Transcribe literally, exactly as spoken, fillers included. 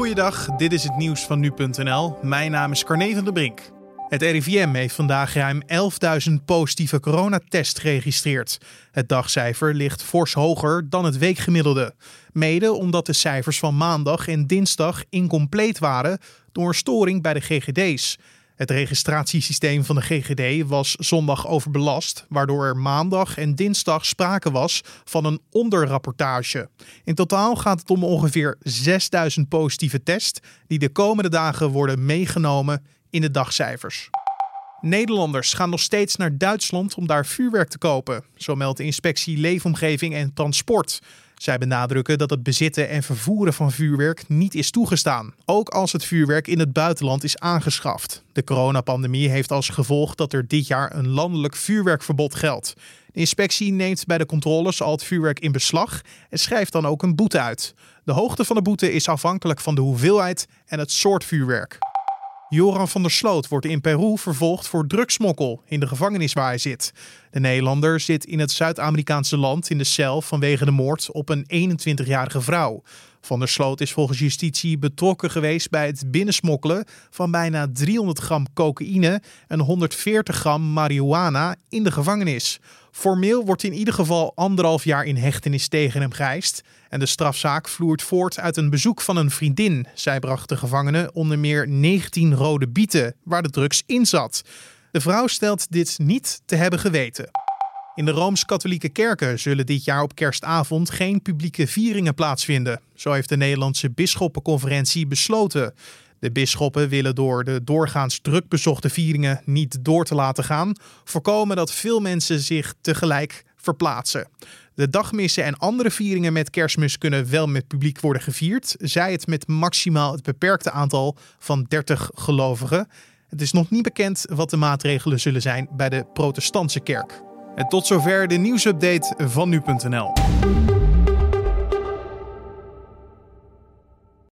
Goeiedag, dit is het nieuws van nu punt n l. Mijn naam is Carne van der Brink. Het R I V M heeft vandaag ruim elfduizend positieve coronatests geregistreerd. Het dagcijfer ligt fors hoger dan het weekgemiddelde. Mede omdat de cijfers van maandag en dinsdag incompleet waren door een storing bij de G G D's. Het registratiesysteem van de G G D was zondag overbelast, waardoor er maandag en dinsdag sprake was van een onderrapportage. In totaal gaat het om ongeveer zesduizend positieve tests die de komende dagen worden meegenomen in de dagcijfers. Nederlanders gaan nog steeds naar Duitsland om daar vuurwerk te kopen, zo meldt de inspectie Leefomgeving en Transport. Zij benadrukken dat het bezitten en vervoeren van vuurwerk niet is toegestaan, ook als het vuurwerk in het buitenland is aangeschaft. De coronapandemie heeft als gevolg dat er dit jaar een landelijk vuurwerkverbod geldt. De inspectie neemt bij de controles al het vuurwerk in beslag en schrijft dan ook een boete uit. De hoogte van de boete is afhankelijk van de hoeveelheid en het soort vuurwerk. Joran van der Sloot wordt in Peru vervolgd voor drugsmokkel in de gevangenis waar hij zit. De Nederlander zit in het Zuid-Amerikaanse land in de cel vanwege de moord op een eenentwintigjarige vrouw. Van der Sloot is volgens justitie betrokken geweest bij het binnensmokkelen van bijna driehonderd gram cocaïne en honderdveertig gram marihuana in de gevangenis. Formeel wordt in ieder geval anderhalf jaar in hechtenis tegen hem geëist. En de strafzaak vloert voort uit een bezoek van een vriendin. Zij bracht de gevangene onder meer negentien rode bieten waar de drugs in zat. De vrouw stelt dit niet te hebben geweten. In de Rooms-Katholieke kerken zullen dit jaar op kerstavond geen publieke vieringen plaatsvinden. Zo heeft de Nederlandse Bisschoppenconferentie besloten. De bisschoppen willen door de doorgaans druk bezochte vieringen niet door te laten gaan voorkomen dat veel mensen zich tegelijk verplaatsen. De dagmissen en andere vieringen met Kerstmis kunnen wel met publiek worden gevierd, zij het met maximaal het beperkte aantal van dertig gelovigen. Het is nog niet bekend wat de maatregelen zullen zijn bij de protestantse kerk. En tot zover de nieuwsupdate van nu punt n l.